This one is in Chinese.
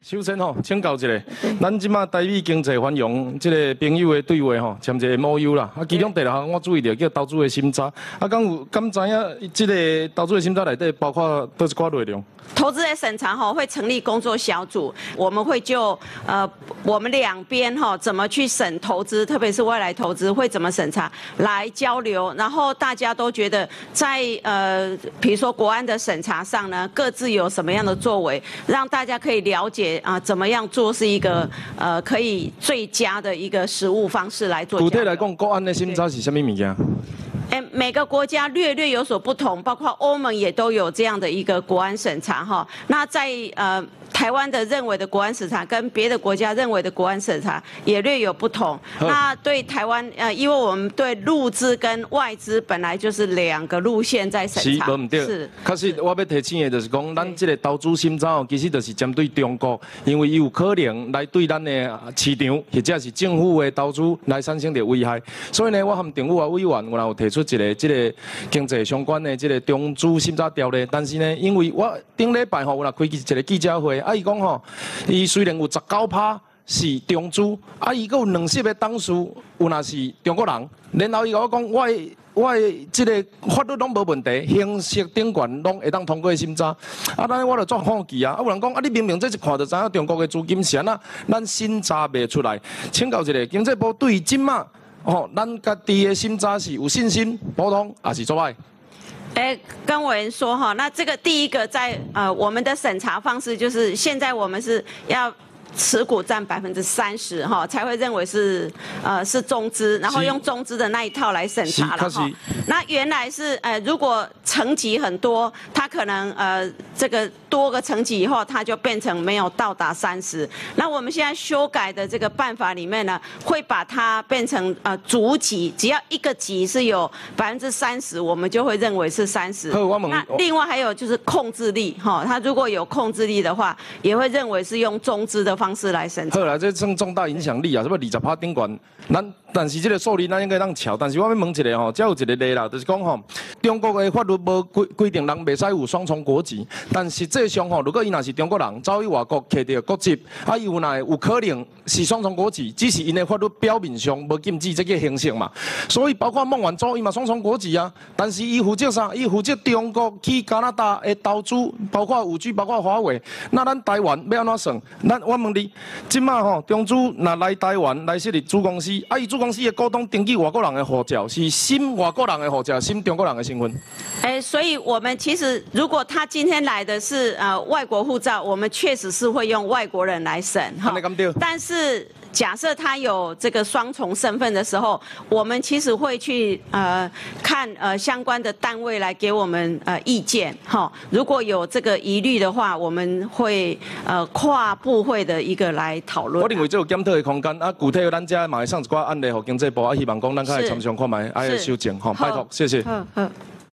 首先吼，请教一下，咱即马台美经济繁荣即个朋友的对话吼，签一个 MOU 啦。啊，其中第六项我注意到叫投资的审查。啊，敢知影即个投资的审查内底包括倒一寡内容？ 投资的审查会成立工作小组，我们会就我们两边怎么去审投资，特别是外来投资会怎么审查来交流，然后大家都觉得在比如说国安的审查上呢，各自有什么样的作为，让大家可以了解怎么样做是一个可以最佳的一个实务方式来做。 具体来讲，国安的审查是什么物件？ 每个国家略有所不同，包括欧盟也都有这样的一个国安审查哈。那在台湾的认为的国安审查跟别的国家认为的国安审查也略有不同。那对台湾因为我们对陆资跟外资本来就是两个路线在审查。 是，无唔对。是。确实，我要提醒的就是讲，咱这个投资审查其实就是针对中国，因为伊有可能来对咱的市场或者是政府的投资来产生着危害。所以呢，我和政府委员我有提出一个这个经济相关的这个中资审查条例，但是呢，因为我顶礼拜我开一个记者会。伊讲伊虽然有19%是中资，伊阁有20%的董事有若是中国人，然后伊甲我讲，我的这个法律拢无问题，形式顶悬拢会当通过审查。咱我就作好奇啊！有人讲你明明这一看就知影中国的资金是安咱审查袂出来。请教一下，经济部对即马咱家己的审查是有信心、普通还是做歹？ 跟委员说那这个第一个在我们的审查方式就是现在我们是要持股占30%才会认为是中资，然后用中资的那一套来审查了哈。那原来是如果层级很多，它可能这个多个层级以后，它就变成没有到达30。那我们现在修改的这个办法里面呢，会把它变成逐级，只要一个级是有30%，我们就会认为是30。那另外还有就是控制力它如果有控制力的话，也会认为是用中资的方式来审查。 好啦，这算重大影响力啊，什么20%顶悬，但是这个数字咱应该当瞧。但是我要问一下这有一个例啦，就是讲中国的法律无规定人袂使有双重国籍，但实际上如果伊若是中国人，走去外国摕到国籍，伊有可能是双重国籍，只是因的法律表面上无禁止这个形式嘛。所以包括孟晚舟伊嘛双重国籍啊，但是伊负责啥？伊负责中国去加拿大的投资，包括5G，包括华为。那咱台湾要安怎算？我问你，即马中资若来台湾来设立子公司，伊子公司的股东登记外国人的护照，是审外国人的护照，审中国人的身份。 所以我们其实如果他今天来的是外国护照，我们确实是会用外国人来审但是假设他有这个双重身份的时候，我们其实会去看相关的单位来给我们意见如果有这个疑虑的话，我们会跨部会的一个来讨论。 我认为这有检讨的空间具体咱这嘛会送一寡案例给经济部希望讲咱可以参详看卖，修正拜托，谢谢。